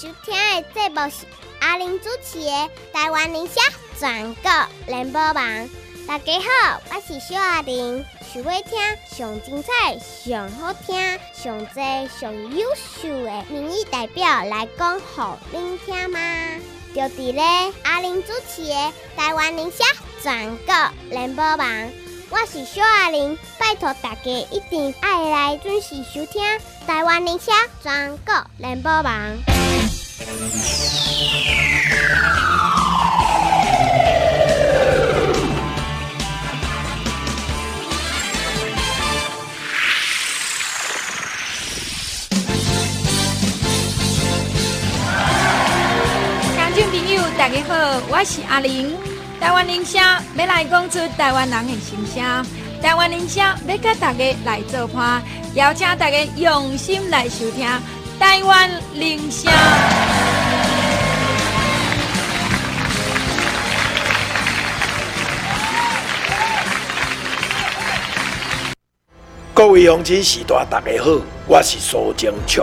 收听的节目是阿玲主持的《台湾人社全国联播网》。大家好，我是小阿玲，想要听上精彩、上好听、上多、上优秀的民意代表来讲，给您听吗？就伫咧阿玲主持的《台湾人社全国联播网》。我是小阿玲，拜托大家一定要来准时收听台湾人社全国联播网。 听众朋友，大家好，我是阿玲。台湾人社要来讲出台湾人的心声，台湾人社要甲大家来做伴，邀请大家用心来收听台湾人社。 各位乡亲时代，大家好，我是苏贞昌。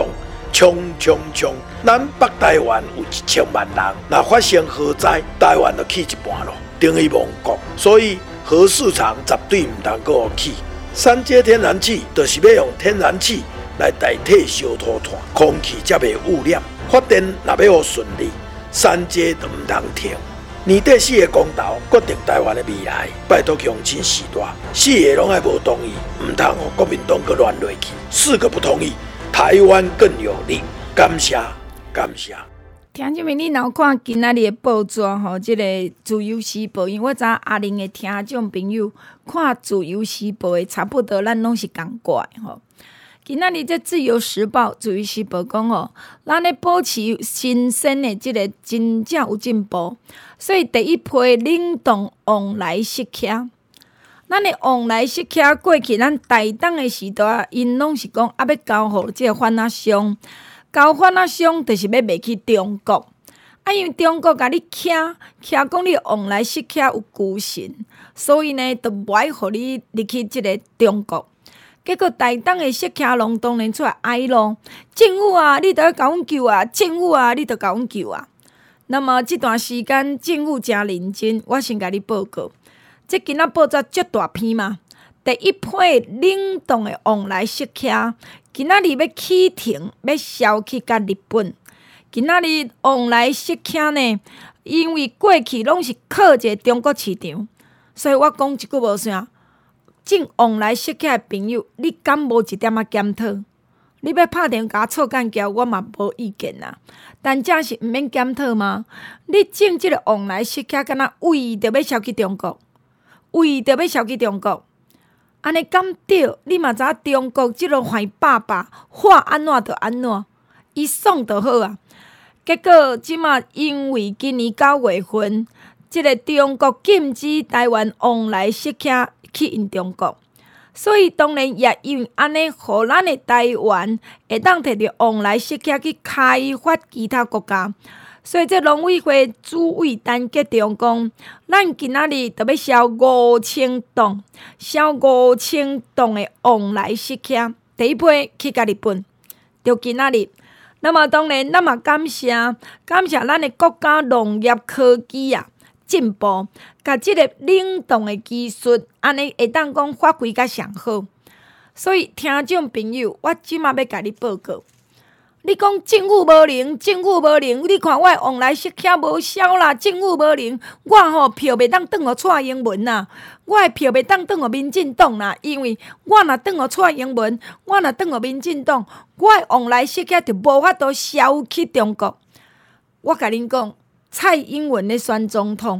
咱北台湾有1000万人，若发生核灾，台湾就起一半咯，等于亡国。所以核市场绝对唔通搁起。三阶天然气就是要用天然气来代替烧土炭，空气才袂污染。发电若要顺利，三阶就唔通停。年底4个公投决定台湾的未来，拜托乡亲时代，4个拢爱无同意，唔通互国民党搁乱落去。4个不同意，台湾更有利。感谢。 听众们，你若有看今仔日的报纸吼，即个《自由时报》，因为我知阿玲的听众朋友看《自由时报》的差不多，咱拢是同怪吼。今仔日这《自由时报》《自由时报》讲吼，咱咧保持新鲜的即个真正有进步，所以第一批冷冻往来食客，咱的往来食客过去，咱台东的时代，因拢是讲要交互即个番仔商。交番仔商就是要卖去中国，因为中国甲你徛讲你往来食客有居心，所以呢，就不爱互你入去即个中国。结果台东的食客拢当然出来哀咯，政府啊，你著要甲阮救啊！政府啊，你著甲阮救啊！那么这段时间政府真认真，我先甲你报告，这今仔报纸足大篇嘛。第一批冷冻的往来食客，今仔日要启停，要销去甲日本。今仔日往来食客呢，因为过去拢是靠一个中国市场，所以我讲一句无啥，进往来食客的朋友，你敢无一点仔检讨？你要拍电甲错干交，我嘛无意见啦。但正是毋免检讨吗？你种即个往来食客，敢若为着要销去中国，为着要销去中国。安尼敢对？你嘛知影中国即个坏爸爸话安怎就安怎，伊爽就好啊。结果即马因为今年9月份，即个中国禁止台湾往来食客去因中国，所以当然也因为安尼，互咱的台湾会当摕着往来食客去开发其他国家。所以，这农委会主委单决定讲，咱今仔日就要销5000吨，销5000吨的往来食客，第一批去甲日本，就今仔日。那么当然，咱嘛感谢咱的国家农业科技啊进步，甲即个冷冻的技术，安尼会当讲发挥甲上好。所以，听众朋友，我即马要甲你报告。你讲政府无能，你看我的往来食客无销啦，政府无能，我吼票袂当转互蔡英文啦，我的票袂当转互民进党啦，因为我若转互蔡英文，我若转互民进党，我的往来食客就无法度销去中国。我甲恁讲，蔡英文咧选总统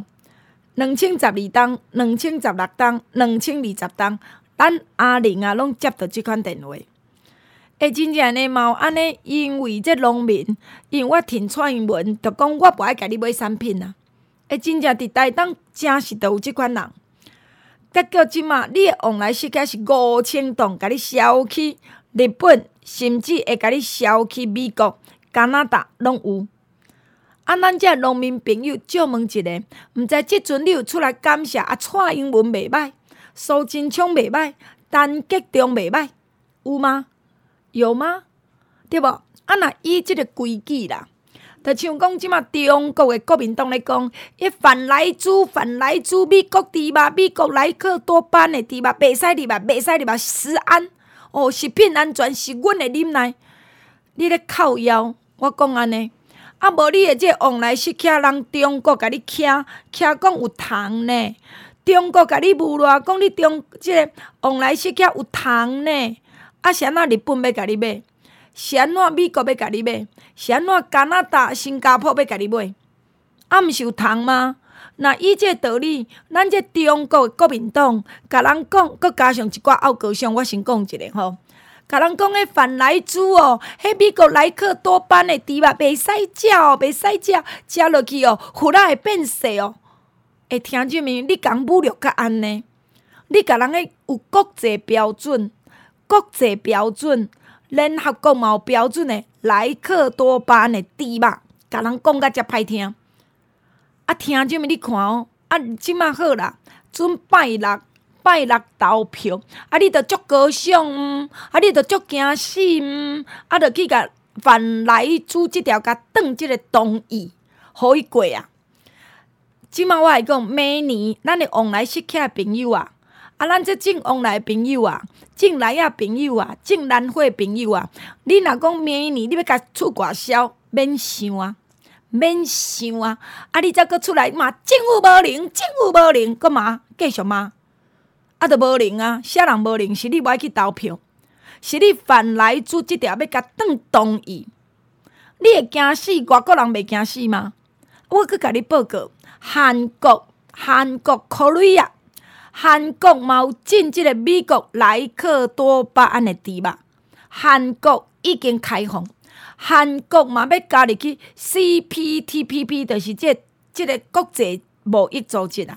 ，2012当、2016当、2020当，咱阿玲啊拢接到即款电话。真正呢嘛有安尼，因为这农民，因为我挺蔡英文，就讲我不爱甲你买产品啊。真正伫台东真是都有即款人。结果即马你的往来食客是5000吨，甲你销去日本，甚至会甲你销去美国、加拿大拢有。咱这农民朋友借问一下，毋知即阵你有出来感谢蔡英文袂歹，苏贞昌袂歹，陈吉仲袂歹，有吗？有吗？对无？若依即个规矩啦， 就像讲即马中国的国民党咧讲，反莱猪，美国猪肉，美国莱克多巴胺的猪肉袂使入啊，食安食品安全是阮的忍耐。你咧靠腰，我讲安尼，无你的这往来失客人中国甲你徛讲有糖呢，中国甲你侮辱讲你这个往来失客有糖呢，是安怎日本要甲你买？是安怎美国要甲你买？是安怎加拿大、新加坡要甲你买？毋是有糖吗？那以这道理，咱这中国的国民党甲人讲，佮加上一寡拗高尚，我先讲一下吼。甲人讲迄反莱猪迄美国莱克多巴胺的猪肉袂使食，食落去骨仔会变细会听证明你讲侮辱甲安尼，你甲人个有国际标准，联合国嘛有标准的莱克多巴胺的猪肉，甲人讲甲遮歹听。听证明你看即马好啦，准拜六投票，你着足高尚你着足惊死着去甲反莱猪即条甲断即个同意，互伊过啊！即马我来讲，明年咱的往来失客的朋友咱这种往来的朋友种来啊朋友种南汇的朋友你若讲明年你要甲出外销，免想你才搁出来骂政府无能，搁骂继续骂。就无能啥人无能？是你无爱去投票，是你反莱猪即条要甲断同意。你会惊死，外国人袂惊死吗？我搁甲你报告，韩国 Korea， 韩国嘛有进即个美国莱克多巴胺的猪肉，韩国已经开放，韩国嘛要加入去 CPTPP， 就是即个国际贸易组织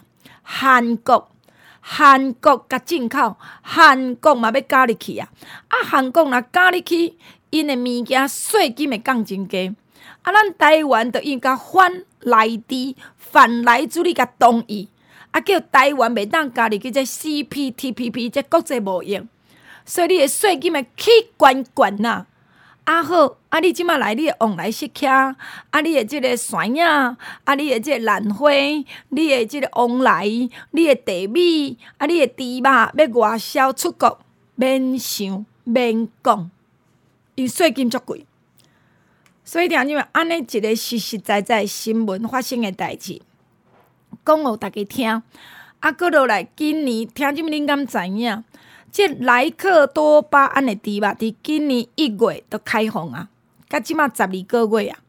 韩国甲进口，韩国嘛要加入去韩国若加入去，因的物件税金会降真低。咱台湾就应该反莱猪，你甲同意，叫台湾袂当加入去这 CPTPP 这国际贸易，所以你的税金会起悬好，你即马来你的往来失客，你的即个山影，你的即个兰花，你的即个往来，你的地米，你的猪肉要外销出国，免想免讲，因税金足贵。所以听你们安尼一个实实在在新闻发生的代志，讲互大家听。搁落来今年，听你们恁敢知影？这莱克多巴胺的猪肉伫今年1月就开放到即马12个月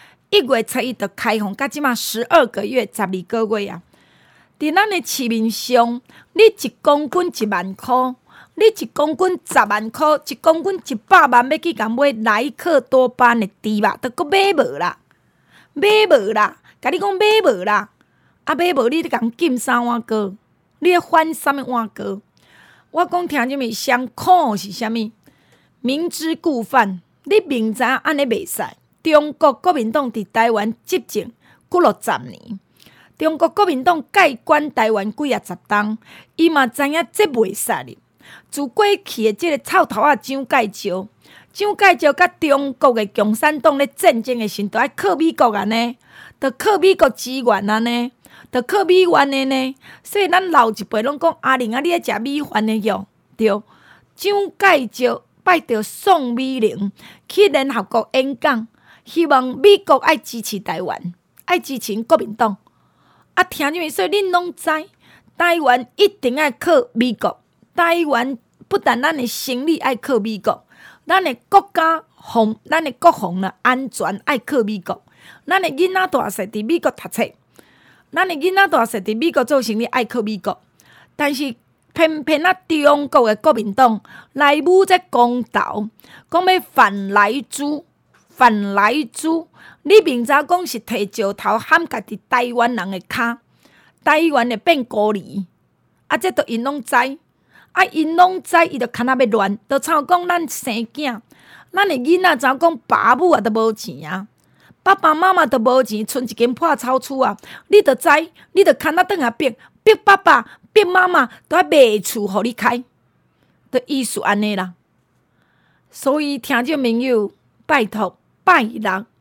1月初1就开放，到即马12个月12个月伫咱的市面上，你1公斤1万块，你1公斤10万块，1公斤100万，要去甲买莱克多巴胺的猪肉，都搁买无啦，甲你讲买无啦，买无你甲禁啥碗糕？你咧翻啥物碗糕？我讲听什么上苦是啥物？明知故犯，你明知安尼袂使。中国国民党伫台湾执政几60年，中国国民党介管台湾几十冬，伊嘛知影这袂使哩。自过去的即个臭头蒋介石甲中国的共产党咧战争的时阵，都爱靠美国呢，就靠美国资源呢。就靠美元的呢，所以咱老一辈拢讲阿玲你咧食美元的哟，对。蒋介石拜着宋美龄去联合国演讲，希望美国爱支持台湾，爱支持国民党。听入去，所以恁拢知，台湾一定爱靠美国。台湾不但咱的生理爱靠美国，咱的国家咱的国防安全爱靠美国，咱的囡仔大细伫美国读册。咱的囡仔大细伫美国做生意爱靠美国，但是偏偏中国的国民党内部在公投，讲要反莱猪，你明知讲是摕石头砍家己台湾人的骹，台湾会变孤儿，这都因拢知，因拢知，伊就牵要乱，就像讲咱生囝，咱的囡仔怎讲爸母都无钱爸爸妈妈都无钱，剩一间破草厝你就知，你就牵转来逼爸爸、逼妈妈，都要卖厝互你开，就意思安尼啦。所以听众朋友，拜托拜六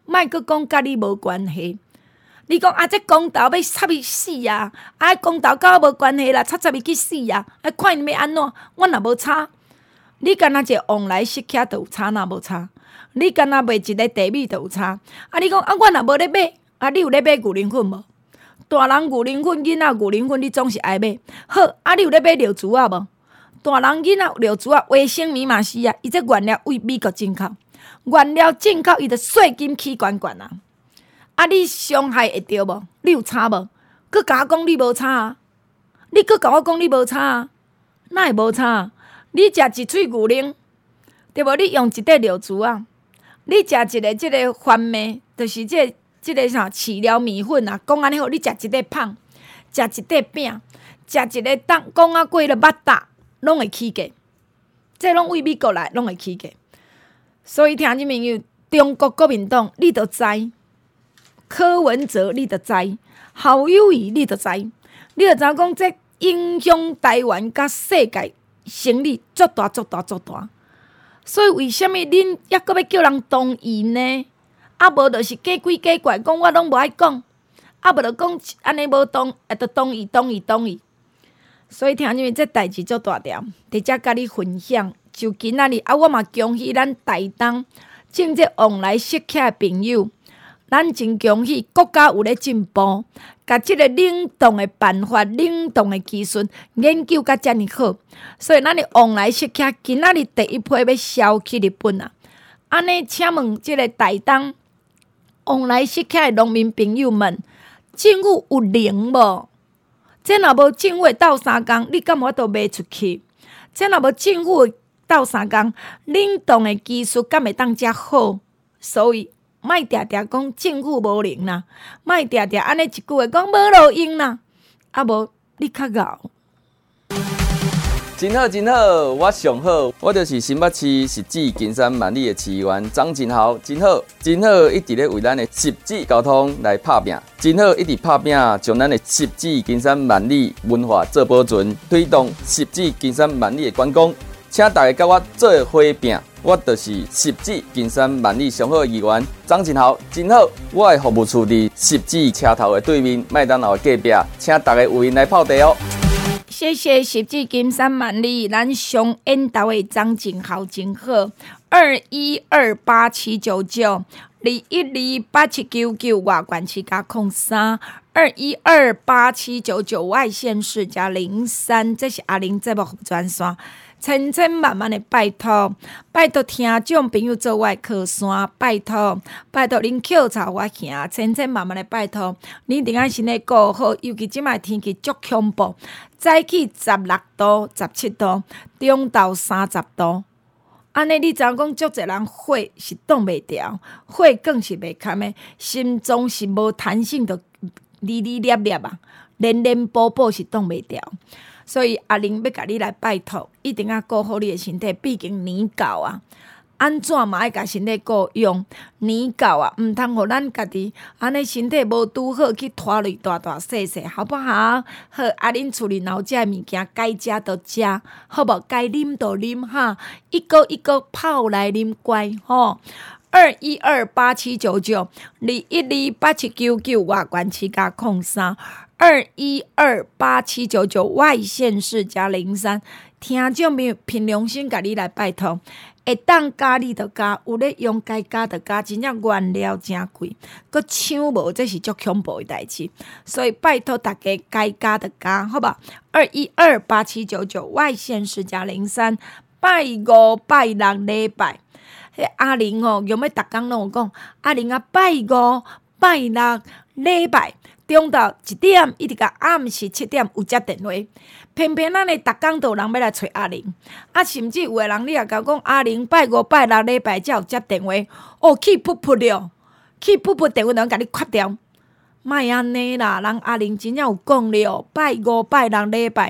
莫阁讲甲你无关系。你讲这公投要插伊死啊！公投甲我无关系啦，插伊去死啊！看因要安怎？我若无插，你敢若一个往来失客就有差，若无差。你敢若卖一个地米就有差。你讲我若无咧买，你有咧买牛奶粉无？大人牛奶粉、囡仔牛奶粉，你总是爱买。好，你有咧买尿珠啊无？大人囡仔尿珠啊，卫生棉嘛是啊，伊这原料为美国进口，原料进口伊就税金起悬啊！你伤害会着无？你有差无？佮甲我讲你无差啊？你佮甲我讲你无差啊？哪会无差啊？你食一喙牛奶，对无？你用一块尿珠啊？你食一个即个番麦，就是即个啥饲料米粉啊？讲安尼好，你食一块胖，食一块饼，食一个讲啊过了捌搭，拢会起价。这拢为美国来，拢会起价。所以听众朋友，中国国民党你都知。柯文哲，你著知；侯友宜，你著知。你著知讲，这影响台湾甲世界生理足大。所以为什么恁还阁要叫人同意呢？无就是假鬼假怪，讲我拢无爱讲。无就讲安尼无同，就同意。所以听你们这代志足大条，伫遮甲你分享。就今仔日我嘛恭喜咱台东正这往来失客的朋友。咱真恭喜国家有咧进步，甲即个冷冻的办法、冷冻的技术研究甲遮尔好，所以咱的往来失客今仔日第一批要销去日本啊！安尼，请问即个台东往来失客的农民朋友们，政府有零无？这若无政府斗3工，你敢有法度卖出去？这若无政府斗3工，冷冻的技术敢会当遮好？所以。莫定定讲政府无灵啦，莫定定安尼一句话讲无路用啦，无你较敖。 真好，我上好，我就是新北市汐止金山万里的市议员张真豪，真好，一直咧为咱的汐止交通来拍拼，真好，一直拍拼，将咱的汐止金山万里文化做保存，推动汐止金山万里的观光，请大家甲我做伙拼。我就是汐止金山万里上好的议员张真豪，真好。我的服务处伫汐止车头的对面，麦当劳隔壁，请大家有闲来泡茶哦。 谢谢汐止金山万里，咱上演导的张真豪真好。2128779921287799外管区加0321287799外县市加03，这是阿玲节目专线。千万的拜托听众朋友做我的靠山，拜托恁扣槽我行，千万的拜托，你一定要身体顾好，尤其即摆天气足恐怖，早起16度、17度，中昼30度，安尼你知影讲足侪人火是挡袂牢，火更是袂堪的，心脏是无弹性，就哩咧啊，连波波是挡袂牢。所以阿玲要甲你来拜托，一定要顾好你的身体，毕竟年到啊，安怎嘛爱甲身体顾用？年到啊，毋通互咱家己安尼身体无拄好去拖累大细，好不好？好，阿玲厝里闹食物件，该食就食，好无？该啉就啉哈，一个泡来啉乖吼。2128779921287799外关市加0321287799外县市加03，听众朋友凭良心甲你来拜托，会当加你就加，有咧用该加就加，真正原料真贵，佮抢无这是足恐怖的代志，所以拜托大家该加就加，好吧？21287799外县市加03，拜5拜6礼拜。阿玲用要逐工拢有讲，阿玲拜5拜6礼拜中昼1点一直到暗时7点有接电话，偏偏咱的逐工都有人要来找阿玲，甚至有的人你也甲讲阿玲拜5拜6礼拜才有接电话，气噗噗了，电话人甲你缺掉。莫安尼啦，人阿玲真正有讲了，拜5拜6礼拜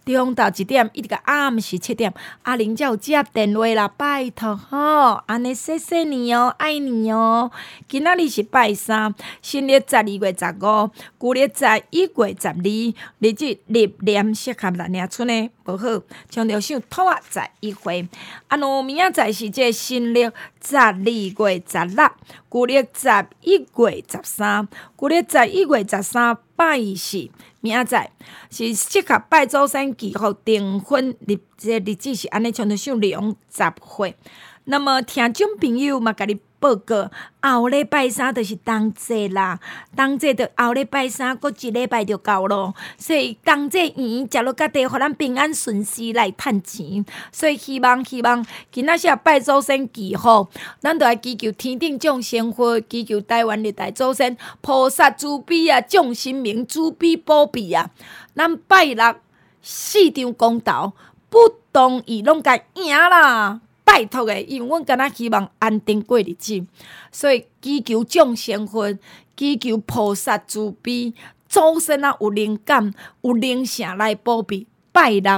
中昼1点一直到暗时7点，阿玲才有接电话啦，拜托吼，安尼谢谢你哦，爱你哦。今仔日是拜3，新历12月15，旧历11月12，日子立念适合咱娘村的无好，将着想兔仔在一回。明仔载是这新历12月16，旧历11月13，旧历11月13拜4。明仔载是适合拜祖先祈福订婚，这日子是安尼，像着想良10岁。那么听众朋友嘛，甲你报告，后礼拜3就是冬节啦，冬节就后礼拜3，过1礼拜就到咯。所以冬节圆食落甲地，互咱平安顺遂来趁钱。所以希望今仔日拜祖先祈福，咱就来祈求天顶众仙佛，祈求台湾历代祖先菩萨慈悲啊，众神明慈悲保庇啊。咱拜6 4场公道，不同意拢甲赢啦。拜托的，因为阮敢若希望安定过日子，所以祈求众仙佛，祈求菩萨慈悲，祖先啊有灵感、有灵性来保庇。拜6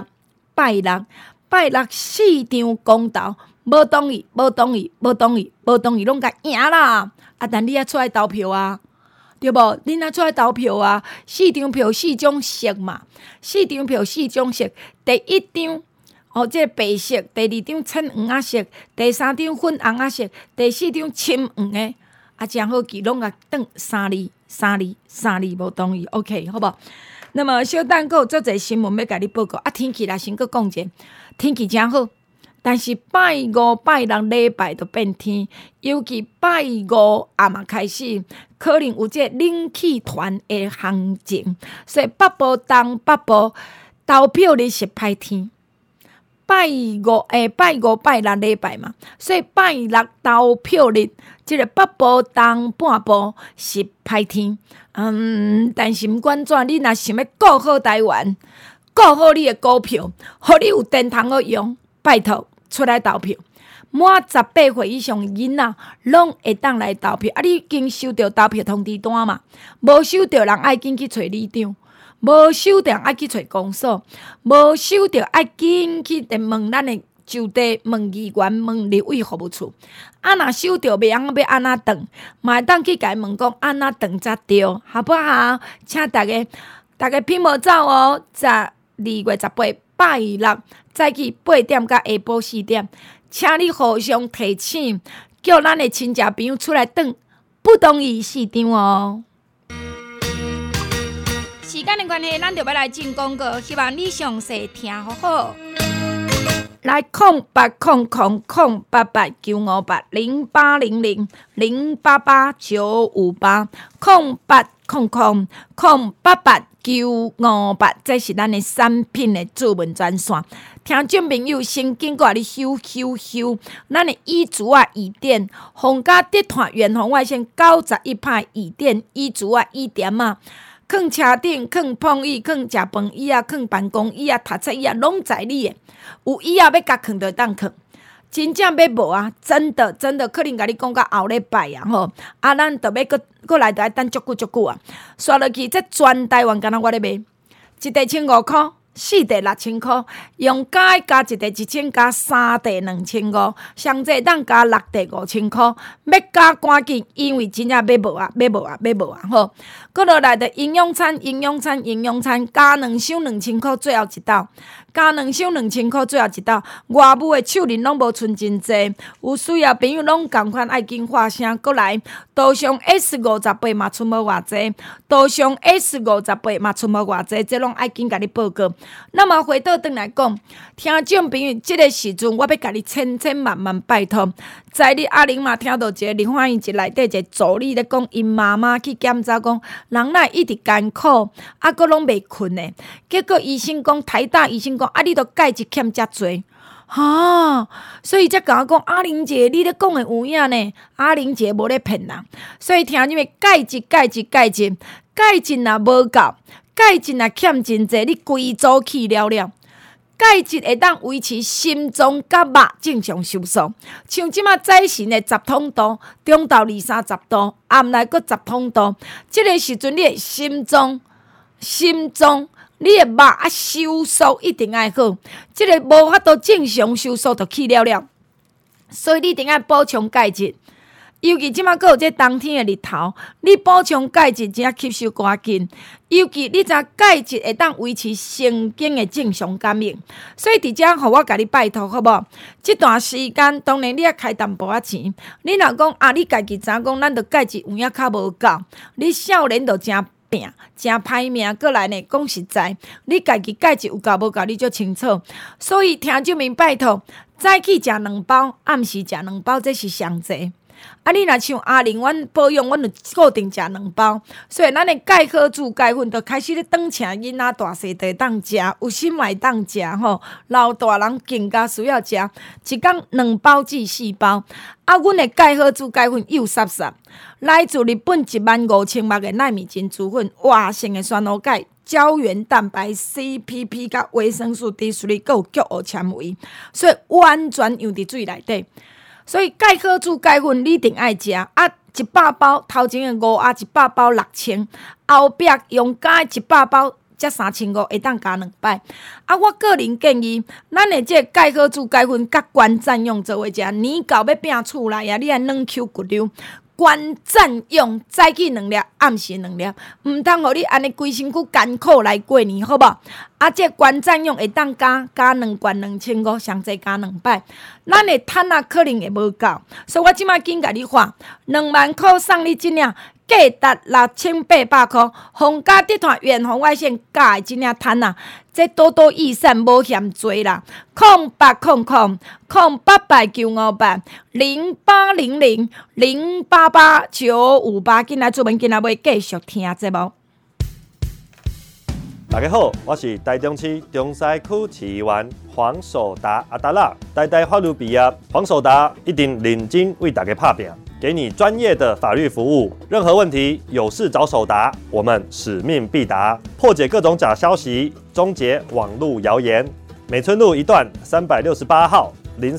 4场公道，无同意，拢甲赢啦！但你也出来投票啊，对无？恁也出来投票啊！4张票4种色嘛，4张票4种色，第1张。这白色，第2张浅黄啊色，第3张粉红啊色，第4张深黄的，真好记，拢甲转3字无同意 ，OK， 好无？那么小等还有足侪新闻要甲你报告天气啦，先阁讲者，天气真好，但是拜5、拜6礼拜就变天，尤其拜5暗嘛开始，可能有这冷气团的行情，所以北部、东北部投票日是歹天。拜5、拜6礼拜嘛，所以拜6投票日，这个北部东半部是歹天。但是毋管怎，你若想要顾好台湾，顾好你的股票，互你有电通可用，拜托出来投票。满18岁以上囡仔拢会当来投票。你已经收到投票通知单嘛？无收到人爱紧去找里长。无收到爱去找公所，无收到爱紧去问咱的就地，问议员，问立委服务处。若收到袂晓要安怎转，嘛会当去甲伊问讲安怎转才对，好不好？请大家拼无走哦！12月18拜6，早起8点到下晡4点，请你互相提醒，叫咱的亲戚朋友出来转，不同意4张哦。时间的关系，咱就要来进广告，希望你详细听好好。来0800-958-080-088-958，这是咱的产品的主文专线。听众朋友，先经过你咻，咱的椅子啊、椅垫，皇家地毯远红外线91派椅垫、椅子啊、椅垫啊。放车顶，放碰椅，放食饭椅啊，放办公椅啊，读册椅啊，拢在你的。有椅啊，要甲放就当放。真正要无啊，真的，可能甲你讲到后礼拜啊吼。咱就要搁来，就要等足久啊。刷落去，这全台湾敢若我咧卖，一袋1500块，4袋6000块，用加加一袋1000，加3袋2500，上济当加6袋5000块，要加赶紧，因为真正要无啊吼。搁落来的营养餐，加2箱2000块，最后一道。加2箱2000块，最后一道。外母的手人拢无剩真济，有需要朋友拢共款爱紧发声过来。刀上 S58嘛出无偌济，刀上 S58嘛出无偌济，这拢爱紧甲你报告。那么回倒转来讲，听众朋友，这个时阵我要甲你千万拜托，在你阿玲嘛听到一个林焕英一内底一个助理咧讲，因妈妈去检查讲，人哪一直艰苦，搁拢袂困呢？结果医生讲，台大医生讲，你都钙质欠遮多。所以才甲我讲，阿玲姐，你咧讲的有影呢？阿玲姐无咧骗人，所以听你们钙质若无够，钙质若欠真济，你规组去了。钙质会当维持心脏甲肉正常收缩，像即马早晨的10通度，中昼20-30度，暗内阁10通度，这个时阵你的心脏你的肉收缩一定要好，即个无法度正常收缩就去了，所以你一定要补充钙质。尤其即马还有这冬天的日头，你补充钙质才吸收赶紧。尤其你知钙质会当维持神经的正常感应，所以伫遮，互我甲你拜托，好无？这段时间，当然你要开淡薄仔钱。你若讲你家己知影讲，咱着钙质有影较无够，你少年着真病，真歹命。过来呢，讲实在，你家己钙质有够无够，你就清楚。所以听众们拜托，早起食2包，暗时食2包，这是上济。你若像阿玲，阮保养，阮就固定食2包，所以咱的钙壳珠钙粉就开始咧当请囡仔大细地当食，有心会当食吼。老大人更加需要食，一天2包至4包。阮的钙壳珠钙粉又杀杀，来自日本15000目的纳米珍珠粉，活性的酸卤钙。胶原蛋白、CPP 甲维生素 D3， 还有菊欧纤维，所以完全用伫水内底。所以钙壳珠钙粉你一定爱食100包，头前的5盒100包6000，后壁用加的100包才3500，会当加2摆。我个人建议，咱的这钙壳珠钙粉甲关赞用做伙食，年到要拼厝内你爱软 Q 骨溜。关赞用早起2粒，暗时2粒，毋通互你安尼规身躯艰苦来过年，好无？这关赞用会当加2罐2500，上济加2摆。咱的摊可能会无够，所以我即摆紧甲你发2万块送你一领，价值6800块，皇家集团远红外线加的一领摊这多多益善无嫌多啦，0800-0800-0800-088958，进来出门，进来要继续听节目。 大家好，我是台中市中西区市议员黄守达阿达拉，台大法律毕业，黄守达一定认真为大家拍拼，给你专业的法律服务。任何问题有事找守达，我们使命必达，破解各种假消息，终结网络谣言。美村路一段368号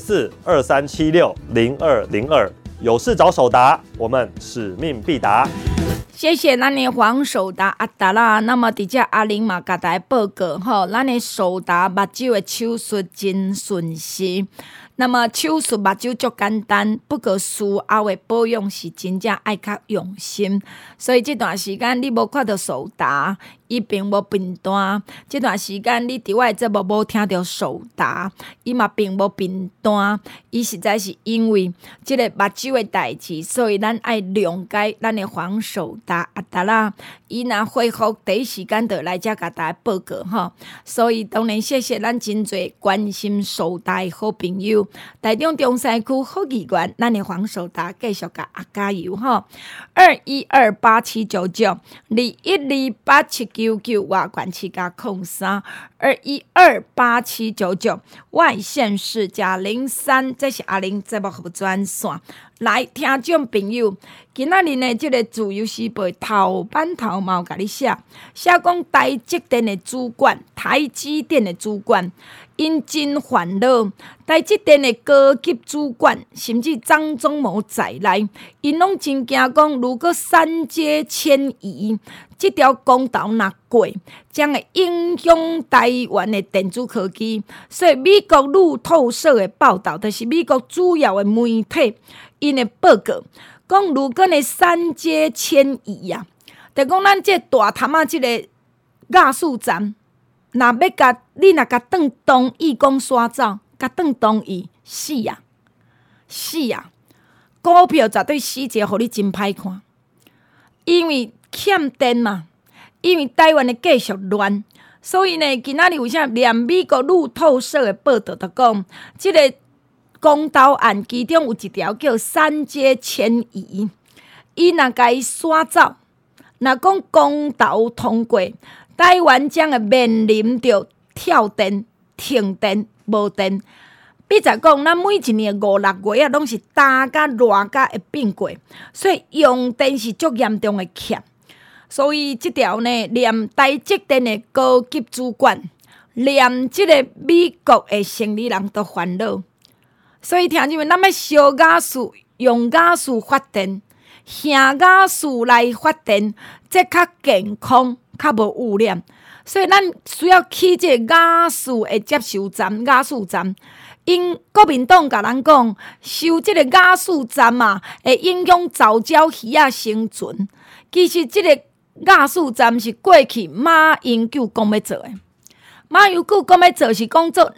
0423760202，有事找守达，我们使命必达。 谢谢咱的黄守达阿达啦。那么，伫遮阿玲嘛，甲大家报告吼，咱的守达目睭的手术真顺利。那么手术目睭足简单，不过术后的保养是真正爱较用心。所以这段时间你无看到守达，伊并无变单。这段时间你伫我的节目无听到守达，伊嘛并无变单。伊实在是因为这个目睭的代志，所以咱爱谅解咱的黄守达阿达啦。伊若恢复第一时间就来遮甲大家报告吼。所以当然谢谢咱真侪关心守达的好朋友。台中中西区好议员，咱的黄守达继续甲加油吼！212879921287799外管气加03，2128799外县市加03，这是阿玲节目服务专线。来，听众朋友，今仔日呢，这个自由时报头版头嘛有甲你写讲台积电的主管，台积电的主管。因真烦恼，台积电的高级主管，甚至张忠谋在内，因拢真惊讲，如果三阶迁移，这条公道若过，将会影响台湾的电子科技。所以美国路透社的报道，就是美国主要的媒体因的报告，讲如果呢三阶迁移就讲咱这大潭这个亚速站。若要甲你若甲转东义公刷走，甲转东义死股票绝对死者，互你真歹看。因为欠电嘛，因为台湾的继续乱，所以呢，今仔日为啥连美国路透社的报道就讲，这个公投案其中有一条叫三阶迁移，伊若甲伊刷走，若讲公投通过。台湾将会面临着跳电、停电、无电。比如讲，咱每一年5、6月拢是大甲热甲会变过，所以用电是足严重的欠。所以这条呢，连台积电的高级主管，连这个美国的生理人都烦恼。所以听众们，咱要烧瓦斯、用瓦斯发电、下瓦斯来发电，这较健康。较无污染， 所以咱需要起这个雅士的接收站，雅士站。因国民党甲咱讲，收这个雅士站嘛，会影响藻礁鱼仔生存。其实这个雅士站是过去马英九讲要做的。马英九讲要做是讲做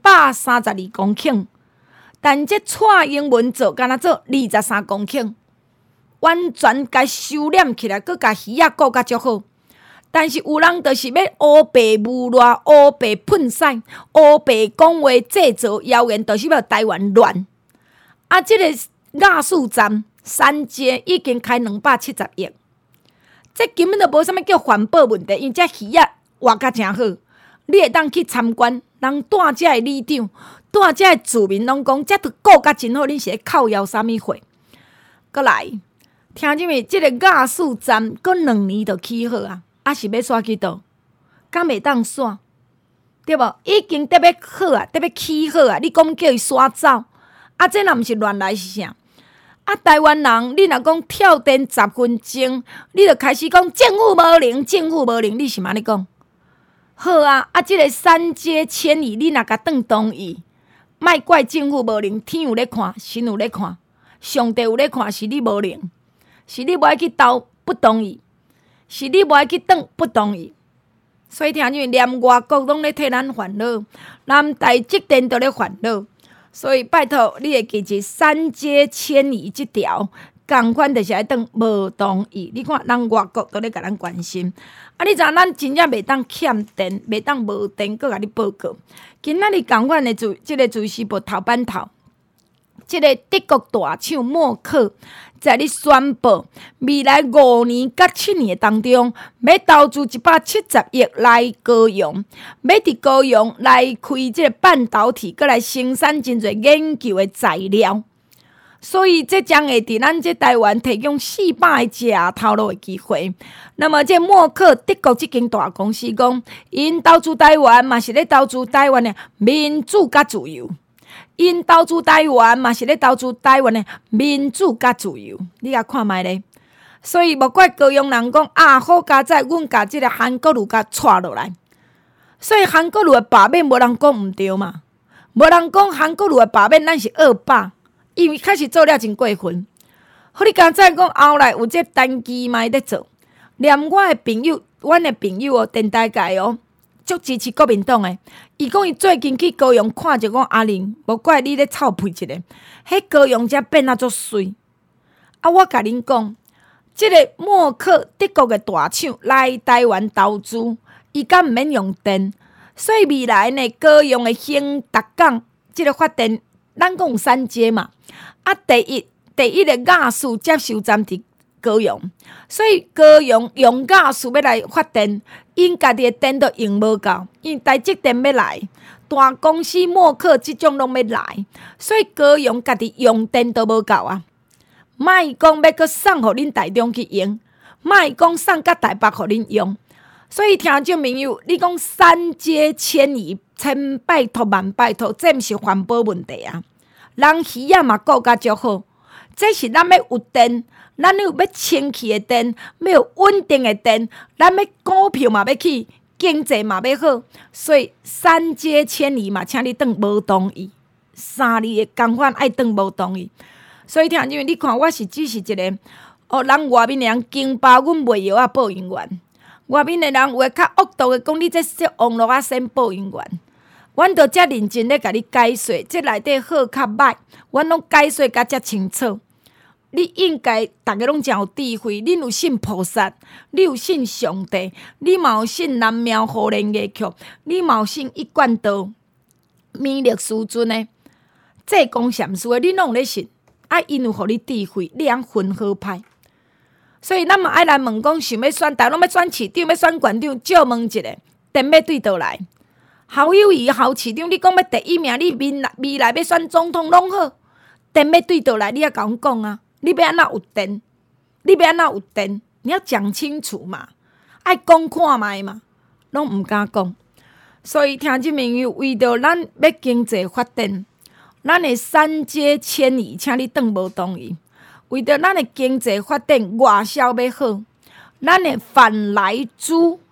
232公顷，但这蔡英文做敢若做23公顷，完全甲收敛起来，佮甲鱼仔顾甲足好。但是有人就是要乌白污乱、乌白喷屎、乌白讲话、制造谣言，就是要台湾乱。啊，这个雅士站3阶已经开270亿，这根本就无啥物叫环保问题，因为这鱼仔活甲真好，你会当去参观。人带遮的里长、带遮的住民拢讲，这都顾甲真好，恁是咧靠腰啥物货？过来，听见没？这个雅士站搁2年就起好啊！啊是要煞去倒？敢袂当煞？对无？已经得要好啊，得要起好啊！你讲叫伊煞走？啊，这若毋是乱来是啥？啊，台湾人，你若讲跳电10分钟，你就开始讲政府无灵，政府无灵，你是安尼讲？好啊！啊，这个3阶迁移，你若甲转同意，莫怪政府无灵，天有咧看，神有咧看，上帝有咧看，是你无灵，是你无爱去投不同意。是你无爱去转不同意，所以听见连外国拢咧替咱烦恼，南台积电都咧烦恼，所以拜托你会记住3阶迁移这条，共款就是爱转无同意。你看，人外国都咧甲咱关心，啊，你知影咱真正袂当欠电，袂当无电，搁甲你报告。今仔日共款的这个自习部头版头，这个德国大厂默克在咧宣布，未来5年到7年当中，要投资170亿来高雄，要伫高雄来开这个半导体，搁来生产真侪研究的材料。所以这将会伫咱这台湾提供400个食头路的机会。那么这默克德国这间大公司讲，因投资台湾嘛是咧投资台湾的民主甲自由。因投资台湾嘛是咧投资台湾的民主甲自由，你甲看卖咧。所以莫怪高雄人讲啊，好佳哉，阮甲即个韩国瑜甲带落来。所以韩国瑜的罢免无人讲毋对嘛，无人讲韩国瑜的罢免咱是恶霸，因为开始做了真过分。好，你刚才讲后来有这单机嘛在做，连我的朋友，阮的朋友哦，电台界哦。足支持国民党诶！伊讲伊最近去高雄看着讲阿玲，无怪你咧臭屁一个，迄高雄才变啊足水。啊，我甲恁讲，即个默克德国诶大厂来台湾投资，伊敢毋免用电，所以未来呢，高雄诶兴达港即个发电，咱讲有3阶嘛。啊，第一个雅士接收站伫高雄，所以高雄用雅士要来发电。因家己的电都用无够，因台积电要来，大公司默克即种拢要来，所以高雄家己用电都无够啊！莫讲要搁送互恁台中去用，莫讲送甲台北互恁用。所以听众朋友，你讲3阶迁移，千拜托万拜托，这毋是环保问题啊！人鱼仔嘛顾甲足好，这是咱要有电。咱有要清气的电，要有稳定的电，咱要股票嘛要起，经济嘛要好，所以3阶迁移嘛，请你转无同意，3年的共款爱转无同意。所以听因为你看，我是只是一个人外面的人惊爆阮卖药啊报应员，外面的人有诶较恶毒的讲你这说网络啊先报应员，阮都遮认真咧甲你解说，这内底好较歹，阮拢解说甲遮清楚。你应该大家拢真有智慧，恁有信菩萨，你有信上帝，你嘛有信南庙护莲夜曲，你嘛有信一贯道、弥勒师尊的，济公禅师的，你拢有咧信。啊，因有互你智慧，你通分好歹。所以咱嘛爱来问讲，想要选台，拢要选市长，要选县长，借问一下，电要对倒来？侯友宜、侯市长，你讲要第1名，你未来要选总统拢好，电要对倒来，你也甲阮讲啊！你要安怎有电？你要安怎有电？你要讲清楚嘛，爱讲看卖嘛，拢毋敢讲。所以听众朋友，为着咱要经济发展，咱的3阶迁移，请你转无同意。为着咱的经济发展，外销要好，咱的反来猪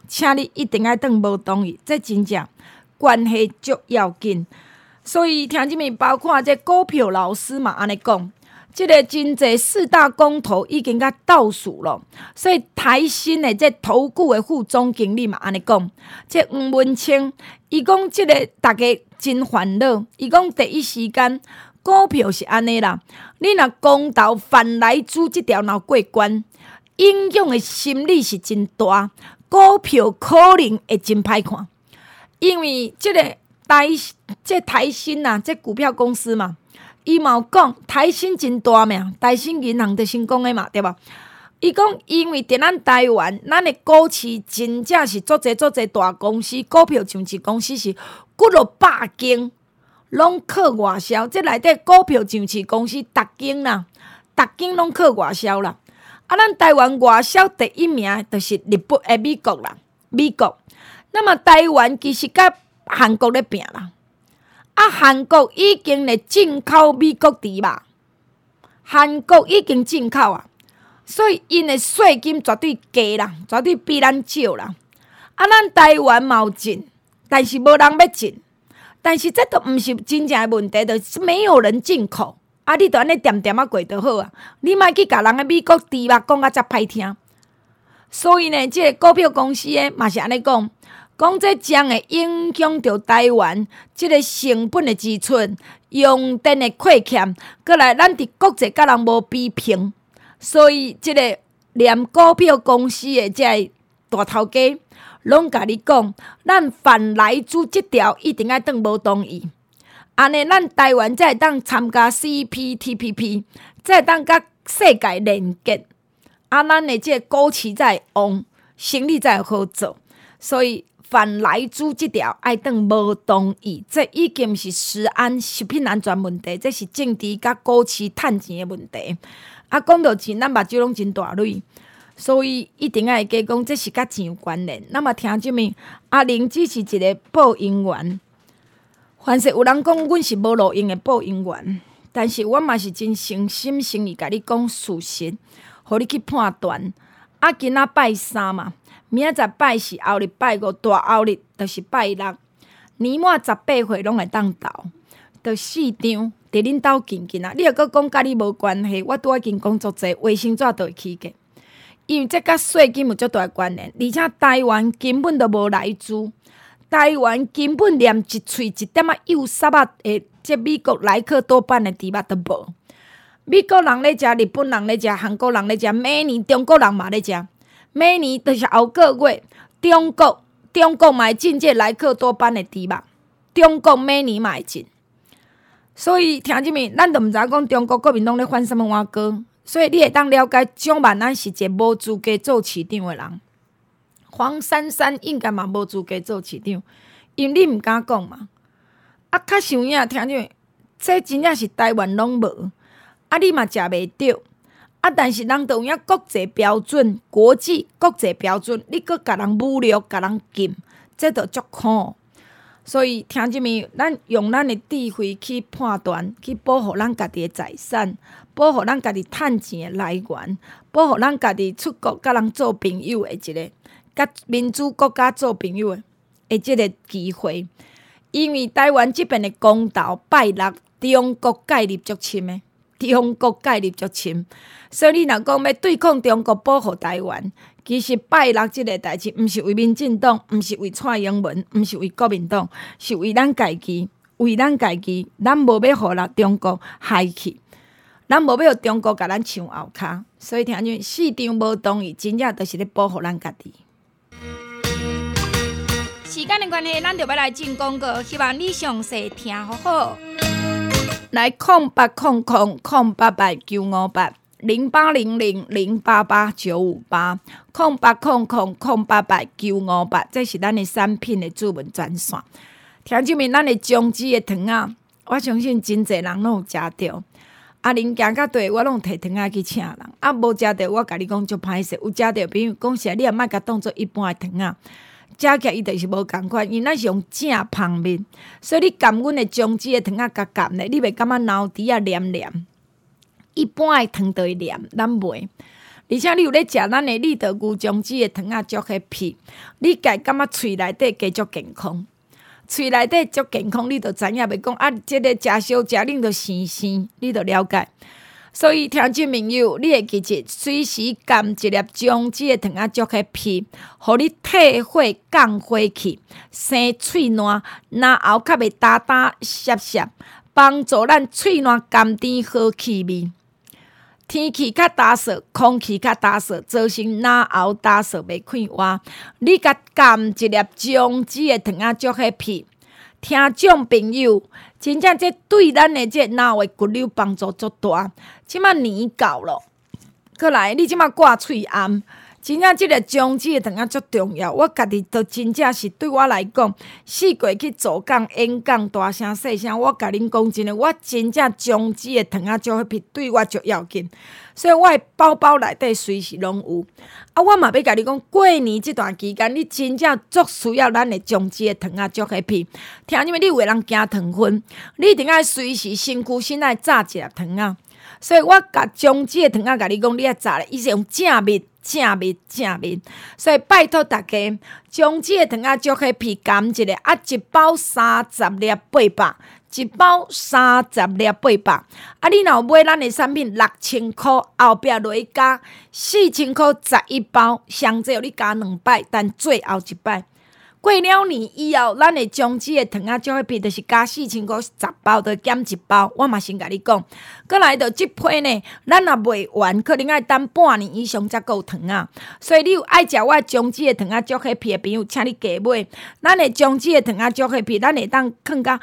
请你一定要当无同意，这真正关系足要紧。所以听即面，包括这股票老师嘛，安尼讲，即个真济4大公投已经甲倒数了。所以台新的这投顾的副总经理嘛，安尼讲，这黄文清，伊讲即个大家真烦恼。伊讲第一时间股票是安尼啦，你若公投反来猪即条若过关，影响的心理是真大，股票可能会真歹看，因为即个台新啊，这股票公司嘛，伊嘛有讲台新真大命，台新银行就先讲的嘛，对吧？伊讲因为伫咱台湾，咱的股市真正是足侪大公司，股票上市公司是几落百间，拢靠外销。这内底股票上市公司逐间拢靠外销啦。啊，咱台湾外销第一名就是美国啦，美国。那么台湾其实甲韩国咧拼啦，啊，韩国已经咧进口美国猪肉，韩国已经进口啊，所以因的税金绝对低啦，绝对比咱少啦。啊，咱台湾嘛有进，但是无人要进，但是这都毋是真正的问题，就是没有人进口。啊，你著安尼点点过就好啊，你莫去甲人的美国猪肉讲啊遮歹听。所以呢，即个股票公司诶嘛是安尼讲。讲这将会影响到台湾即个成本的支出、用电的亏欠，过来咱伫国际甲人无比平，所以即个连股票公司的这大头家拢甲你讲，咱反来猪即条一定要当无同意，安尼咱台湾才会当参加 CPTPP， 才会当甲世界连结，啊，咱的即个股市才会旺，生意才会好做，所以。反来猪即条爱当无同意，这已经是食安、食品安全问题，这是政治甲股市趁钱的问题。啊，讲到钱，咱目睭拢真大蕊，所以一定要会记讲，这是甲钱有关联。那么听即面，阿玲只是一个报应员，凡是有人讲阮是无路用的报应员，但是我嘛是真诚心诚意甲你讲事实，互你去判断。啊，今仔拜三嘛。明仔载拜四，后日拜五，大后日就是拜六，年满18岁拢会当投，就4张伫恁兜近啊！你若佫讲甲你无关系，我拄仔已经讲足济，卫生纸都会起价，因为这甲税金有足大关联，而且台湾根本都无来猪，台湾根本连一喙一点幼沙仔的这美国莱克多巴的猪肉都无，美国人咧食，日本人咧食，韩国人咧食，每年中国人嘛咧食。每年就是后个月，中国嘛会进这莱克多巴的猪肉，中国每年嘛会进。所以听即面，咱都毋知讲中国国民党咧反什么碗糕，所以你会当了解蒋万安是一个无资格做市长的人，黄珊珊应该嘛无资格做市长，因为你毋敢讲嘛。啊，较想影听即面，这真正是台湾拢无，啊，你嘛食袂着。啊！但是人都有影国际标准、国际国际标准，你搁甲人侮辱、甲人禁，这就足苦。所以听即面，咱用咱的智慧去判断，去保护咱家己的财产，保护咱家己趁钱的来源，保护咱家己出国甲人做朋友的一个，甲民主国家做朋友的即个机会。因为台湾这边的公投拜六，中国介入足深的。中国介入足深，所以你若讲要对抗中国、保护台湾，其实拜六即个代志，毋是为民进党，毋是为蔡英文，毋是为国民党，是为咱家己，为咱家己。咱无要互中国害去，咱无要互中国甲咱抢后骹。所以听见市场无同意，真正就是咧保护咱家己。时间的关系，咱就要来进广告，希望你详细听好好。来0800-088958，0800-088958，0800-088958，这是咱的产品的主文专线。听即面，咱的姜子的糖仔，我相信真侪人拢有食着。啊，恁行到地，我拢摕糖仔去请人。啊，无食着，我甲你讲足歹势。有食着，比如讲实，你也莫甲当做一般的糖仔。食起来伊就是无共款，因咱是用正芳面，所以你含阮的姜子的糖仔甲含咧，你袂感觉脑底啊黏黏。一般的糖就会黏，咱袂。 而且你有咧食咱的立德牛种子的糖仔足迄片，你家感觉喙内底加足健康，喙内底足健康，你就知影袂讲啊，即个食烧食恁就生生，你就了解。所以听众朋友，你会记住随时含一粒种子的糖仔足迄片，互你退火降火气，生喙烂，然后较袂打打涩涩，帮助咱喙烂甘甜好气味。天气较干燥，空气较干燥，造成咽喉干燥袂快活。你甲含一粒种子的糖仔足迄片，听众朋友，真正这对咱的这咽喉的骨瘤帮助足大。即摆年到咯，过来你即摆挂喙暗。真正即个种子的糖仔足重要，我家己都真正是对我来讲，四过去做讲演讲大声细声，我甲恁讲真诶，我真正种子的糖仔足迄片对我足要紧，所以我的包包内底随时拢有。啊，我嘛要甲你讲，过年即段期间，你真正足需要咱的种子的糖仔足迄片。听你们，你有个人惊糖分，你一定爱随时身躯先爱炸一粒糖仔。所以我甲种子的糖仔甲你讲，你爱炸咧，伊是用正蜜。正面，所以拜托大家，种子的糖仔足迄片含一个，一包30粒800，一包30粒800。啊，你若有买咱的产品6000块，后壁落去加4000块11包，上济你加2摆，但最后一摆。过了年以后，咱的种子的糖仔足迄片，就是加4000块10包，就减1包。我嘛先甲你讲，过来就即批呢，咱若卖完，可能要等半年以上才有糖仔。所以你有爱食我种子的糖仔足迄片的朋友，请你加买。咱的种子的糖仔足迄片，咱会当放到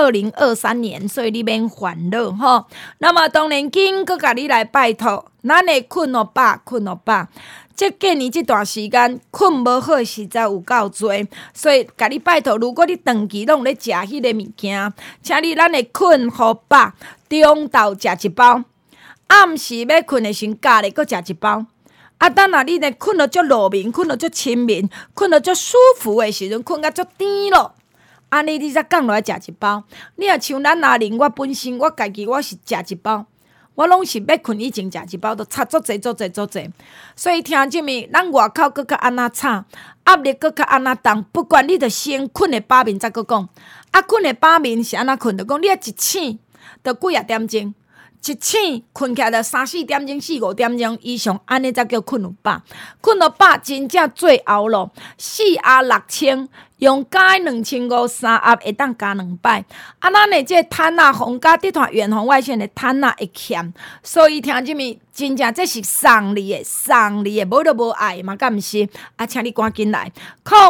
2023年，所以你免烦恼吼。那么当然紧，搁甲你来拜托，咱的困哦饱。即过年即段时间困无好，实在有够多，所以甲你拜托，如果你长期拢咧食迄个物件，请你咱的困好饱，中昼食1包，暗时要困的时加咧，搁食1包。啊，等下你咧困到足落眠，困到足深眠，困到足舒服的时阵，困到足甜咯。安尼你才降落来食1包。你若像咱阿玲，我本身我家己我是食1包。我拢是要困以前食1包，都差足济。所以听即面，咱外口搁较安那吵，压力搁较安那重，不管你着先困的把面再搁讲。啊，困的把面是安那困？着讲你一醒，着几啊点钟，一醒困起来着3、4点钟、4、5点钟以上，安尼才叫困有饱。困到饱真正最后咯，4压6000。用加2500，3压会当加2摆。啊，咱的这碳啊，红加这团远红外线的碳啊会欠，所以听即面真正这是送你的，无就无爱嘛，敢毋是？啊，请你赶紧来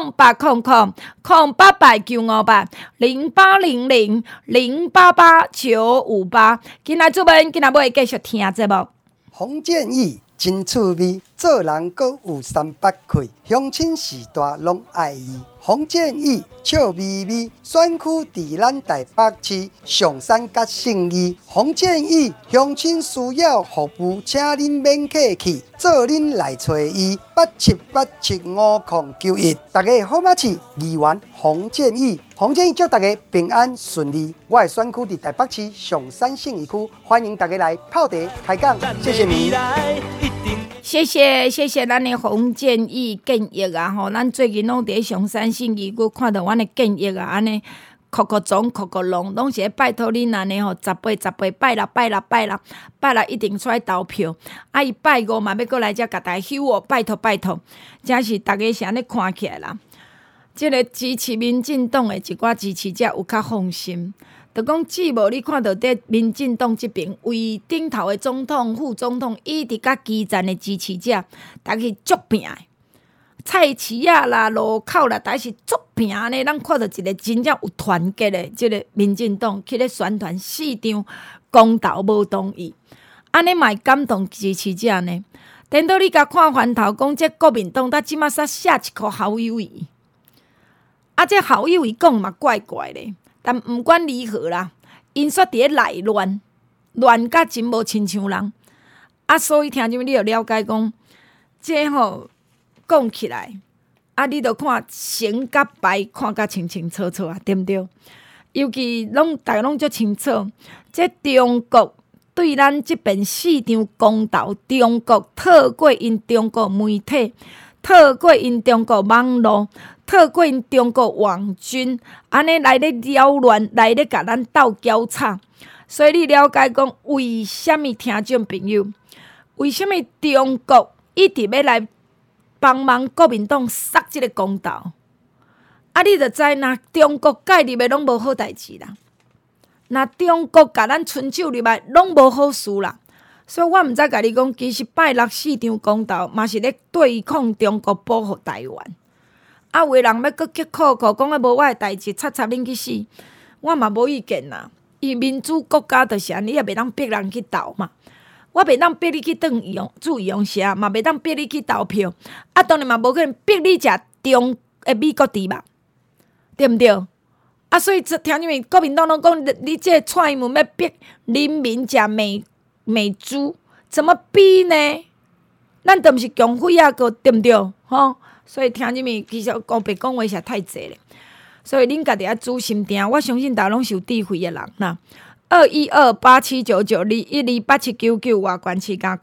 ，0800-0800-0888-958，今仔主编今仔要继续听节目。 洪建义真趣味，做人阁有300气，乡亲时代拢爱伊。洪建义笑眯眯，选区伫咱台北市上山甲信义。洪建义乡亲需要服务，请恁免客气，做恁来找伊87875091。大家好嘛是议员洪建义，洪建义祝大家平安顺利。我的选区伫台北市上山信义区，欢迎大家来泡茶开讲，谢谢你。 谢谢咱的洪建义建议啊吼，咱最近拢伫上山信义区看到阮的建议啊，安尼哭拢，拢是拜托恁安尼吼，10八拜六一定出来投票，啊伊拜5嘛要过来遮甲大家休哦，拜托，真是大家是安尼看起来啦。即个支持民进党的一寡支持者有较放心。就讲，只无你看到伫民进党这边，为顶头的总统、副总统，一直甲基层的支持者，大家足拼的，菜市啊啦、路口啦，大家是足拼呢。咱看到一个真正有团结的，即个民进党去咧宣传市长公投无同意，安尼嘛会感动支持者呢。等到你甲看翻头讲，这国民党他即马煞写一颗好友谊，啊，这好友谊讲嘛怪怪咧。但毋管如何啦，因煞伫咧内乱甲真无亲像人啊，所以听众你着了解讲，这吼讲起来啊，你着看成甲败看甲清楚啊，对毋对？尤其大家拢足清楚，这中国对咱即边四场公投，中国透过因中国媒体，透过因中国网络，透过因中国网军，安尼来咧扰乱，来咧甲咱斗交叉。所以你了解讲，为什么听众朋友，为什么中国一直要来帮忙国民党杀即个公投？啊，你着知，若中国介入的拢无好代志啦。若中国甲咱伸手入来，拢无好事啦。所以我毋知甲你讲，其实拜六四场公投嘛是咧对抗中国，保护台湾。啊，有的人要搁去哭哭，讲啊无我的代志，插恁去死，我嘛无意见啦。伊民主国家就是安尼，也袂当逼人去投嘛。我袂当逼你去当驻营社，嘛袂当逼你去投票。啊，当然嘛无可能逼你食美国猪肉，对毋对？啊，所以听你们国民党拢讲，你这个蔡英文要逼人民食美猪，怎么逼呢？咱都毋是共匪啊，个对毋对？吼，所以听你们其实讲白讲话实在太济咧。所以恁家己要煮心定，我相信大家拢是有智慧的人啦。212879921128799外关市加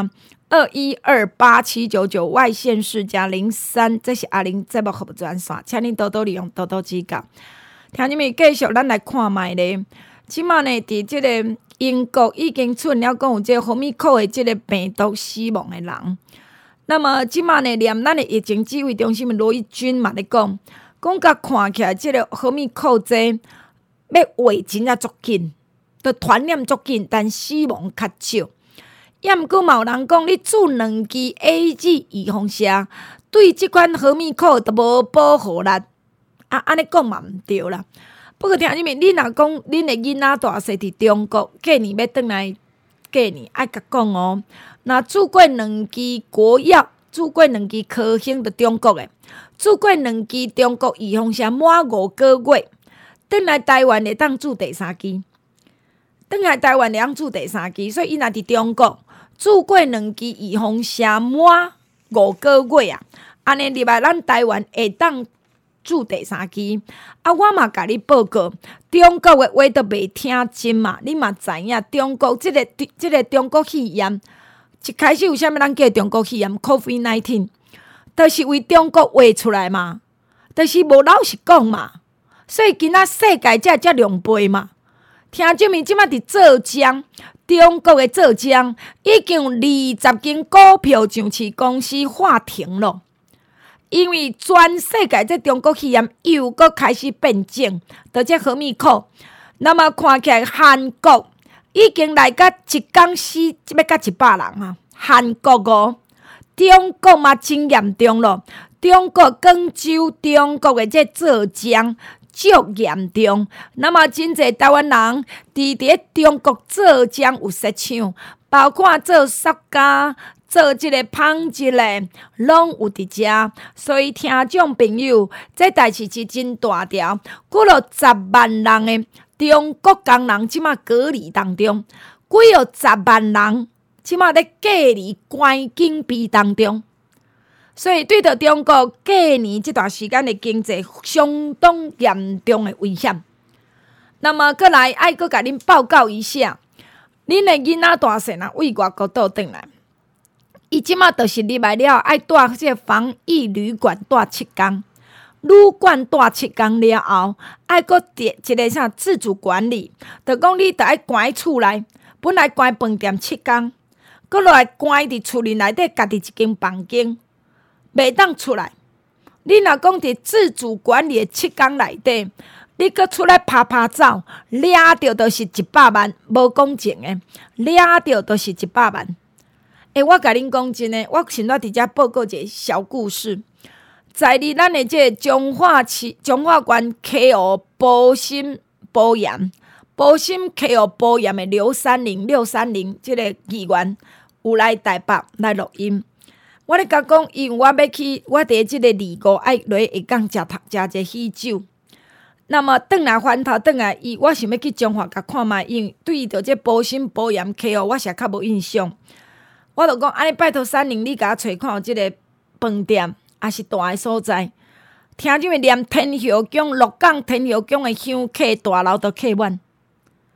03，2128799外县市加03，这是阿玲节目服务专线，请恁多多利用，多多指教。听你们继续，咱来看卖咧。即马呢，伫即个英国已经出了讲有即个福米克的即个病毒死亡的人。那么即马呢，连咱的疫情指挥中心的罗一军嘛咧讲甲看起来即个福米克剂要画真正足紧，就传染足紧，但死亡较少。也毋过嘛有人讲，你注2支 AZ 预防针，对即款福米克都无保护力。安尼讲嘛毋对啦。不过听你们，你若讲恁的囡仔大细伫中国，过年要转来过年，爱甲讲哦。若注过2支国药，注过2支科兴的中国的，注过2支中国预防针满5个月，转来台湾会当注第3支。转来台湾会当注第3支，所以伊若伫中国注过2支预防针满5个月啊，安尼入来咱台湾会当注第3支。啊，我嘛甲你报告，中国的话都袂听真嘛，你嘛知影，中国即个中国肺炎，一开始有啥物人叫中国肺炎 COVID-19， 就是为中国画出来嘛，就是无老实讲嘛，所以今仔世界才两倍嘛。听证明即摆伫浙江，中国的浙江已经有20间股票上市公司划停了。因为全世界这中国肺炎又搁开始变种，就这福米克。那么看起来韩国已经来到一天死要到100人啊！韩国哦，中国嘛真严重咯。中国广州、中国的这浙江足严重。那么真侪台湾人伫中国浙江有设厂，包括做塑胶。做即个纺织的，拢有伫遮，所以听众朋友，这代志是真大条。几落10万人的中国工人，即马隔离当中，几落10万人，即马咧隔离关禁闭当中。所以对着中国过年这段时间的经济相当严重的危险。那么，过来爱阁甲恁报告一下，恁的囡仔大细若为外国倒转来。伊即马就是入来了，爱住即个防疫旅馆住7天，旅馆住7天了后，爱搁一个啥自主管理，就讲你得爱关喺厝内，本来关饭店7天，搁落来关伫厝里内底，家己一间房间，袂当出来。你若讲伫自主管理的7天内底，你搁出来拍照，掠着就是100万，无讲情的，掠着就是100万。我甲恁讲真诶，我现在伫遮报告一个小故事，在咱诶这个彰化县溪湖保心保盐溪湖保盐诶630即个议员有来台北来录音。我咧甲讲，因为我要去，我伫即个2、5爱落下港食一个喜酒。那么转来翻头转来，我想要去彰化甲看卖，因为对于着这保心保盐溪湖，我实较无印象。我就讲，安尼拜托30你甲我找看有即个饭店，也是大诶所在。听即个连天后宫、鹿港天后宫诶香客大楼都客满。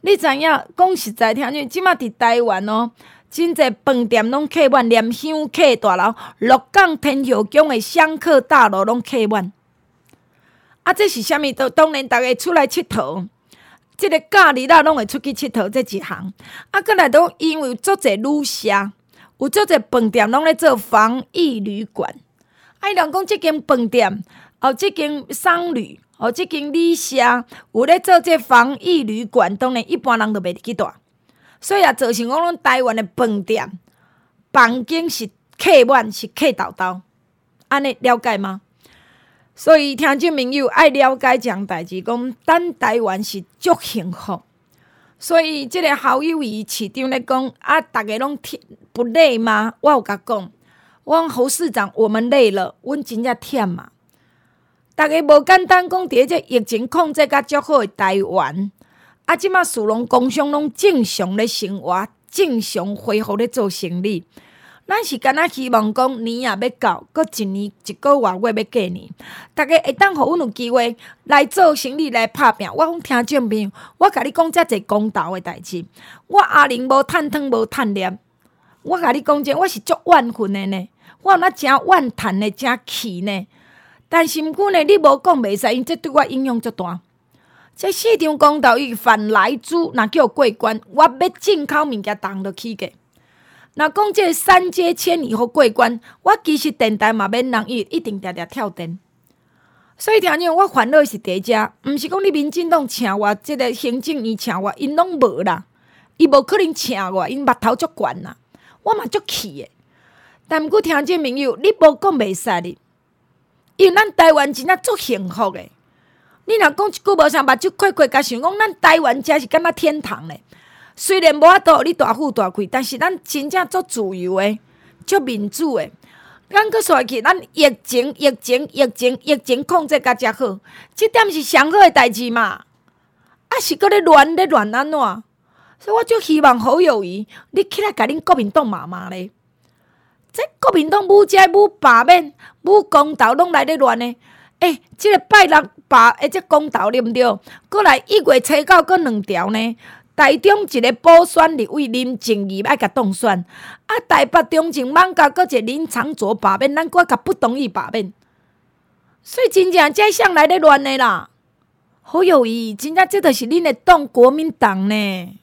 你知影？讲实在，听见即马伫台湾哦，真侪饭店拢客满，连香客大楼、鹿港天后宫的香客大楼拢客满。啊，这是啥物？当然，逐个出来佚佗。即个假日啦，拢会出去佚佗，这一项。啊，搁来都因为足侪旅社，有足侪饭店拢咧做防疫旅馆。啊，伊人讲即间饭店，即间商旅，即间旅社有咧做这防疫旅馆，当然一般人都袂记大。所以也造成讲，咱台湾的饭店房间是客满，是客豆豆。安尼了解吗？所以听众朋友爱了解这样代志，讲咱台湾是足幸福。所以这个侯友宜市长咧讲啊，大家拢不累吗？我有甲讲，我讲侯市长，我们累了，阮真正忝嘛。大家无简单讲，伫这疫情控制甲足好的台湾，啊，即马属龙工商拢正常咧生活，正常恢复咧做生意。咱是敢若希望讲年也要到，搁一年一个月要过年，大家会当互阮有机会来做生意来拍拼。我讲听众朋友，我甲你讲遮侪公道的代志，我阿玲无趁汤无趁粒，我甲你讲者，我是足怨愤的呢，我有那真怨叹的，真气呢。但是毋过呢，你无讲袂使，因这对我影响足大。这市场公道伊反来猪，若叫过关，我要进口物件当落去个。若讲这3阶迁以后过关，我其实电台嘛免人一定定定跳电。所以听讲我烦恼是第一只，毋是讲你民进党请我，这个行政院请我，因拢无啦，伊无可能请我，因目头足悬啦，我嘛足气的。但毋过听众朋友，你无讲袂使哩，因为咱台湾真正足幸福的。你若讲一句无啥目睭快快，甲想讲咱台湾才是敢若天堂咧。虽然无法度你大富大贵，但是咱真正足自由的，足民主的。咱搁说去，咱疫情控制甲遮好，这点是上好的代志嘛。啊，是搁咧乱安怎？所以我就希望侯友宜，你起来甲恁国民党骂骂咧。这国民党武遮武罢免武公投拢来咧乱呢。这个拜六罢这公投对毋对？搁来1月初9搁2条呢。台中一个补选立委林静怡爱甲当选，啊台北中正艋舺搁一个林长佐罢免，咱搁甲不同意罢免，所以真正这向来咧乱的啦。侯友宜，真正这就是恁的党国民党呢。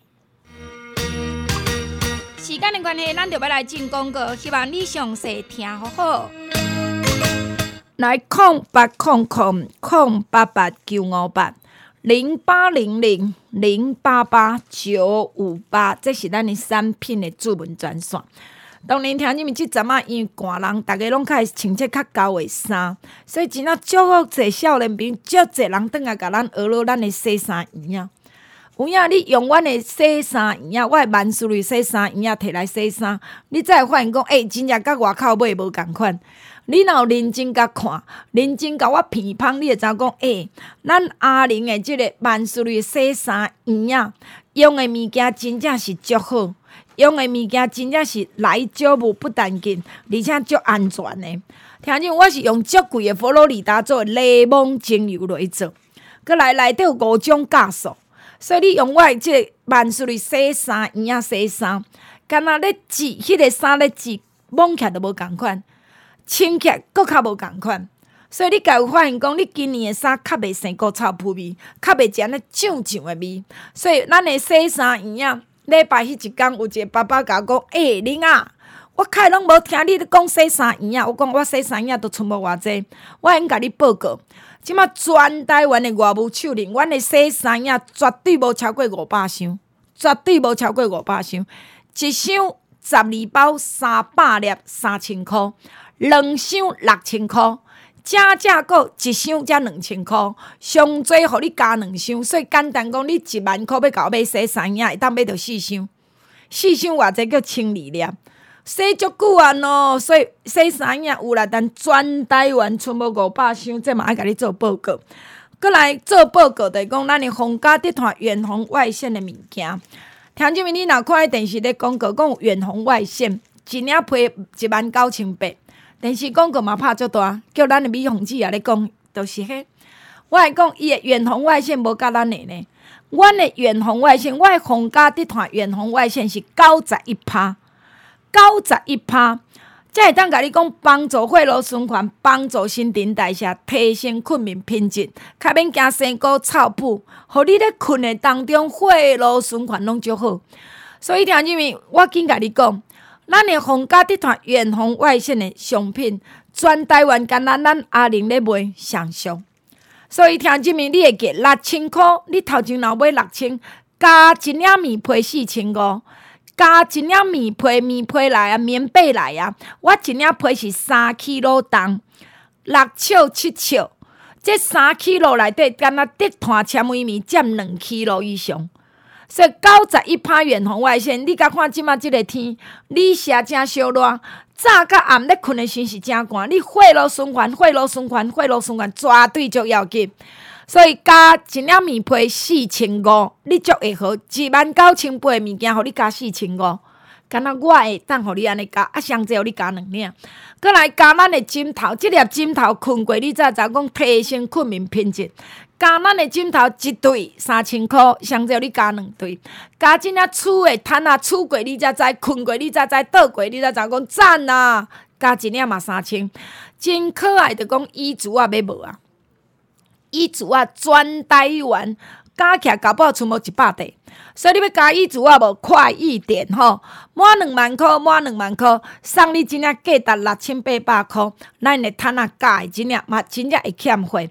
时间的关系，咱就要来进广告，希望你详细听好好。来0800-088-958。0800-088-958，这是咱的产品的主文专线。当然，听你们即阵啊，因为寒人，大家拢开始穿这较厚的衫，所以真啊，足侪少年朋友，足侪人转来甲咱学了咱的洗衫衣啊。有影你用阮的洗衫衣啊，我的万斯瑞洗衫衣啊，摕来洗衫，你才会发现讲，真正甲外口买无共款。你若有认真甲看，认真甲我鼻芳，你会知讲，咱阿玲的即个万斯瑞洗衫衣啊，用的物件真正是足好，用的物件真正是来少无不单紧，而且足安全的。听讲我是用足贵的佛罗里达做柠檬精油来做，佮来内底有5种加素，所以你用我的即个万斯瑞洗衫衣啊洗衫，敢若咧挤迄个衫咧挤，摸起来都无共款。穿起来搁较无共款，所以你才有发现讲，你今年的衫较袂生古臭扑味，较袂安尼酱酱的味。所以咱的洗衫衣啊，礼拜迄一天有一个爸爸甲我讲，玲啊，我开拢无听你讲洗衫衣啊，我讲我洗衫衣啊都存无偌济，我已经甲你报告，即马全台湾的外务手令，阮的洗衫衣啊绝对无超过500箱，绝对无超过500箱，一箱12包300粒3000块。2箱6000块，正个一箱才2000块，上最互你加2箱，所以简单讲，你1万块要甲我买洗衫衣，会当买到4箱，4箱偌济叫12粒，洗足久啊喏。所以洗衫衣有啦，但全台湾剩无500箱，这嘛爱甲你做报告。搁来做报告就是讲，咱的皇家集团远红外线的物件。听众们，你若看电视咧广告，讲有远红外线，一领批19800。电视广告嘛拍足大，叫咱的美红姐也咧讲，就是迄。我来讲，伊的远红外线无甲咱的呢。 阮的远红外线，我的红家滴团远红外线是91%，91%，才会当甲你讲帮助血路循环，帮助新陈代谢，提升困眠品质，较免惊生骨臭补，互你咧困的当中血路循环拢足好。所以听姊妹，我紧甲你讲，咱的皇家集团远红外线的商品，全台湾敢若咱阿玲咧卖上俗。所以听姊妹，你会记6000块，你头前若买6000，加一领棉被4500。加一领棉被来啊，棉被来啊！我一领被是3 kg 重，6尺7尺，这3 kg 内底，敢若滴团纤维棉占2 kg 以上。所以91%远红外线，你甲看即马即个天，你射正烧热，早甲暗咧困的时是正寒，你血路循环绝对足要紧。所以加一领棉被4500，你足会好，19800的物件，互你加4500，敢若我会当互你安尼加，上济互你加2领，搁来加咱的枕头，即粒枕头困过，你才知讲提升困眠品质。加咱的枕头一对3000块，上济互你加2对，加即领厝的毯啊，厝过你才知，困过你才知，倒过你才知讲赞啊！加一领嘛3000，真可爱，就讲椅子啊，要无啊？椅子啊，全台湾加起来搞不好出无100块，所以你要加椅子啊无快一点吼，满2万块，送你真正价值6800块，咱的摊啊加的真正嘛真正会欠费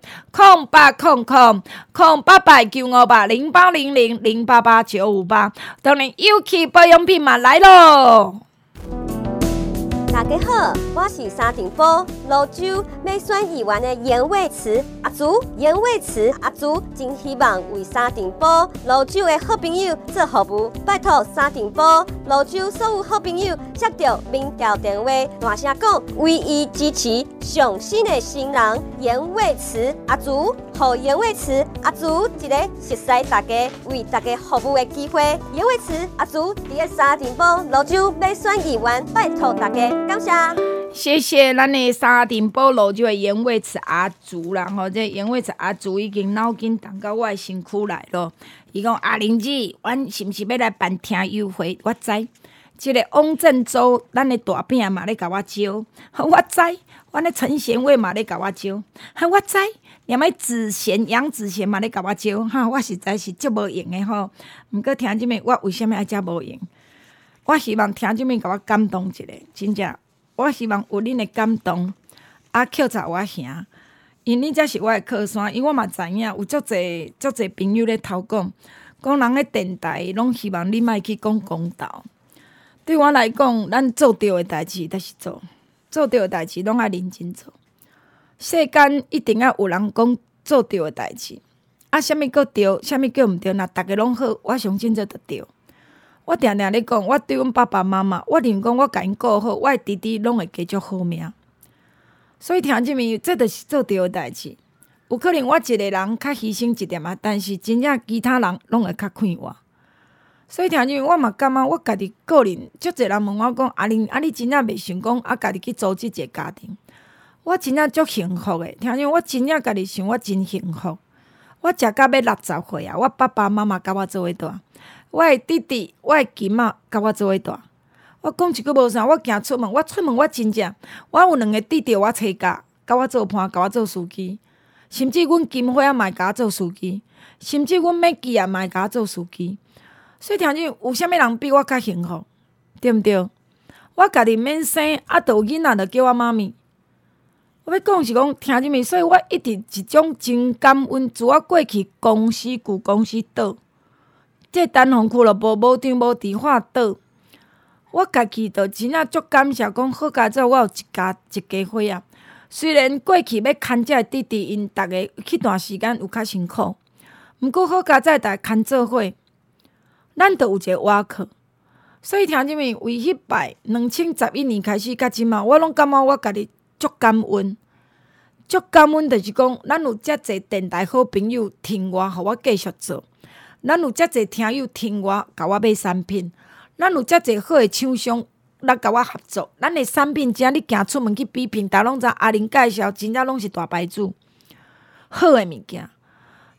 ，0800-958-0800-0888-958，当然有气保养品嘛来咯。 大家好，我是沙丁堡泸州美选议员的严伟慈阿祖，真希望为沙丁堡泸州的好朋友做服务，拜托沙丁堡泸州所有好朋友接到民调电话，大声讲唯一支持上新的新人严伟慈阿祖，互严伟慈阿祖一个熟悉大家、为大家服务的机会。严伟慈阿祖伫个沙丁堡泸州美选议员，拜托大家。感谢， 谢谢咱的沙丁堡泸州的严伟慈阿祖啦吼，这严伟慈阿祖已经脑筋动到我的身躯来咯。伊讲阿玲姐，阮是毋是要来办听友会？我知，这个汪振洲，咱的大饼嘛咧甲我招，我知，阮的陈贤伟嘛咧甲我招，我知，连个杨子贤嘛咧甲我招，我实在是足无用的吼。毋过听即面，我为什么爱遮无用？我希望听即面甲我感动一下，真正，我希望有恁的感动，扣查我兄，因恁才是我的靠山，因为我嘛知影有足侪朋友咧偷讲人咧电台拢希望你莫去讲公道。对我来讲，咱做对的代志就是做对的代志拢爱认真做。世间一定要有人讲做对的代志，啥物佫对，啥物佫毋对，若逐个拢好，我相信这就对。我定定咧讲，我对阮爸爸妈妈，我认讲我甲因顾好，我的弟弟拢会加足好命。所以听即面，这就是做对的代志。有可能我一个人较牺牲一点啊，但是真正其他人拢会较快活。所以听即面，我嘛感觉我家己个人，足侪人问我讲，阿玲，你真正袂想讲家己去组织一个家庭？我真正足幸福的。听即面，我真正家己想，我真幸福。我食到要60岁啊，我爸爸妈妈甲我做伙大。我的弟弟，我的金仔，甲我做伙大。我讲一句无啥，我行出门，我真正，我有2个弟弟，我找教，甲我做伴，甲我做司机。甚至阮金花也嘛会甲我做司机，甚至阮美姬也嘛会甲我做司机。所以听见有啥物人比我较幸福，对毋对？我家己免生，就有囡仔就叫我妈咪。我要讲是讲听见没？所以我一直一种真感恩，自我过去公司旧公司倒。这单红俱乐部无张无伫化倒，我家己就真正足感谢，讲好佳哉我有一家伙啊。虽然过去要牵这弟弟，因逐个迄段时间有较辛苦，毋过好佳哉逐个牵做伙，咱就有一个瓦靠。所以听即面为迄摆2011年开始，甲即马，我拢感觉我家己足感恩，就是讲咱有遮侪电台好朋友听我，互我继续做。咱有遮侪听友听我，甲我买产品；咱有遮侪好的厂商来甲我合作。咱的产品，只要你行出门去比平台，拢知阿玲介绍，真正拢是大牌子，好的物件。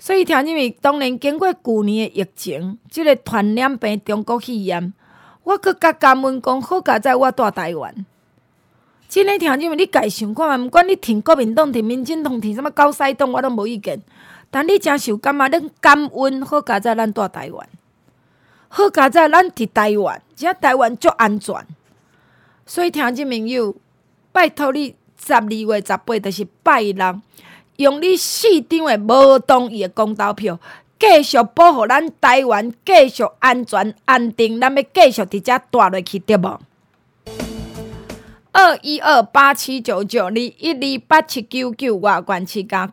所以听入面，当然经过去年的疫情，即个传染病中国肺炎，我搁甲感恩讲，好佳在我住台湾。真诶，听入面，你家想看嘛？毋管你挺国民党、挺民进党、挺什么高赛党，我都无意见。但你真受感嘛？恁感恩好佳在咱住台湾，好佳在咱伫台湾，只台湾足安全。所以听入面友，拜托你12月18，就是拜六，用你4张的无同意的公投票，继续保护咱台湾，继续安全安定，咱要继续伫遮住落去，对无？212879921287999外管7加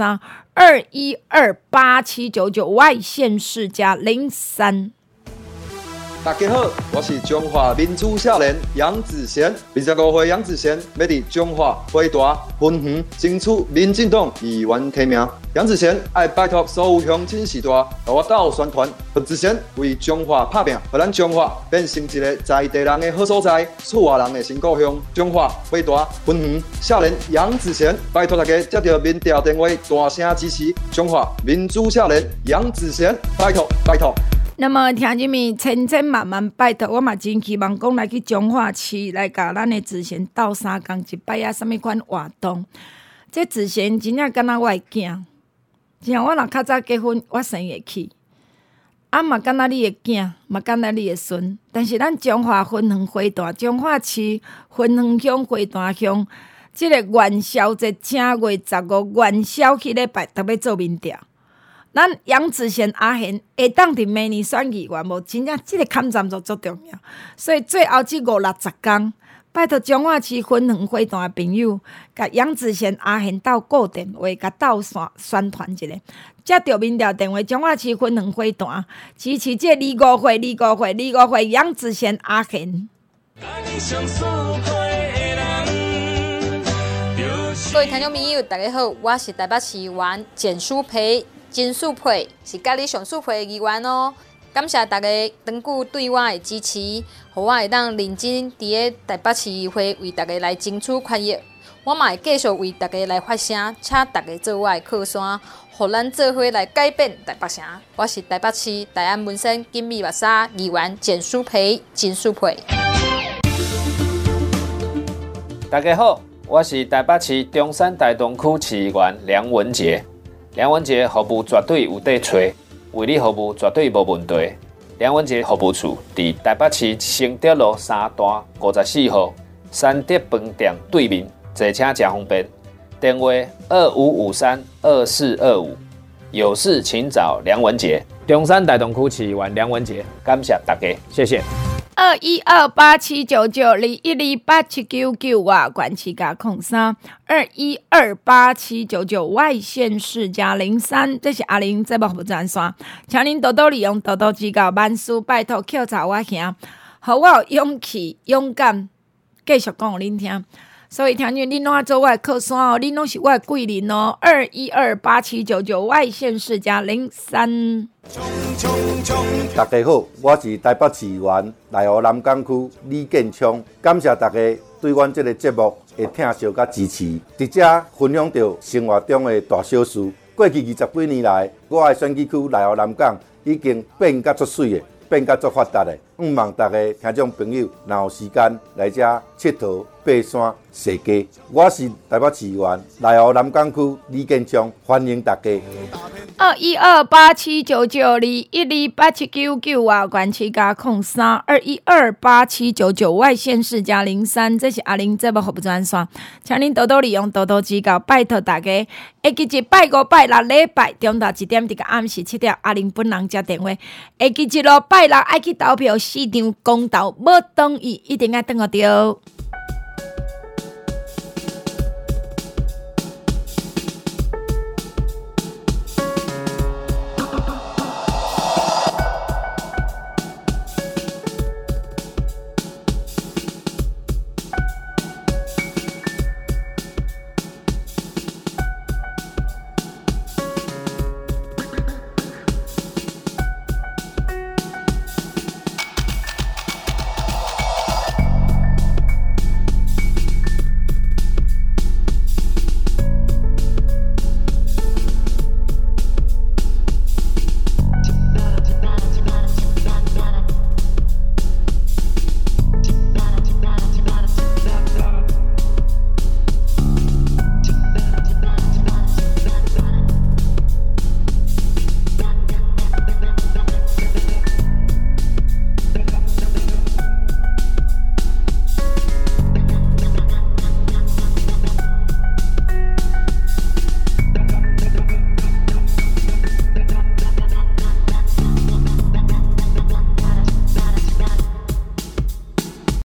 03，2128799外县市加03。 大家好，我是中华民主少年杨子贤。25岁杨子贤要伫中华回大分园争取民进党议员提名。杨子贤爱拜托所有乡亲时代，和我斗宣传。杨子贤为中华打拼，让咱中华变成一个在地人的好所在，厝外人的新故乡。中华回大分园少年杨子贤，拜托大家接到民调电话，大声支持中华民主少年杨子贤，拜托拜托。 那么听入面千万拜托，我嘛真希望讲来去彰化市来甲咱的子贤斗3工一摆啊，什么款活动？这子贤真正敢若我的囝，像我若较早结婚，我生会起，啊嘛敢若你的囝，嘛敢若你的孙。但是咱彰化分园花坛，彰化市分园乡花坛乡，即个元宵节正月15元宵迄礼拜特别做民调。咱杨子贤阿贤会当伫明年选议员无？真正即个坎站就足重要，所以最后即50-60天，拜托彰化市分园花坛的朋友，甲杨子贤阿贤斗固电话，甲斗宣传一下，接到民调电话，彰化市分园花坛支持这25岁杨子贤阿贤。 各位听众朋友，大家好，我是台北市议员简淑培。真素配是甲你上素配的议员哦，感谢大家长久对我的支持，予我会当认真伫个台北市议会为大家来争取权益。我嘛会继续为大家来发声，请大家做我的靠山，予咱做伙来改变台北城。我是台北市大安文山金美目沙议员简淑培，真素配。 大家好，我是台北市中山大东区市议员梁文杰。梁文杰服务绝对有底找，为你服务绝对无问题。梁文杰服务处伫台北市承德路3段54号三德饭店对面，坐车真方便。电话25532425，有事请找梁文杰。中山大东区市议员梁文杰，感谢大家，谢谢。 212879921287999外管7加03，2128799外县市加03，这是阿玲节目服务专线，请您多多利用，多多指教，万事拜托扣查我行，互我有勇气、勇敢，继续讲互恁听。所以听见恁拢做我的靠山哦，恁拢是我的贵人哦。2128799外县市加03。 大家好，我是台北市议员内湖南港区李建昌，感谢大家对阮这个节目的听惜甲支持，伫遮分享到生活中的大小事。过去20几年来，我的选举区内湖南港已经变甲足水的，变甲足发达的。望大家听众朋友，若有时间来遮佚佗、爬山、踅街。我是台北市议员内湖南港区李建昌，欢迎大家。 212879921287999外管7加03，2128799外县市加03，这是阿玲节目服务专线，请您多多利用，多多指教，拜托大家。下期一拜5拜6礼拜中昼1点，到暗时7点，阿玲本人接电话。下期一路拜6爱去投票，4张公投无同意，一定要等我到。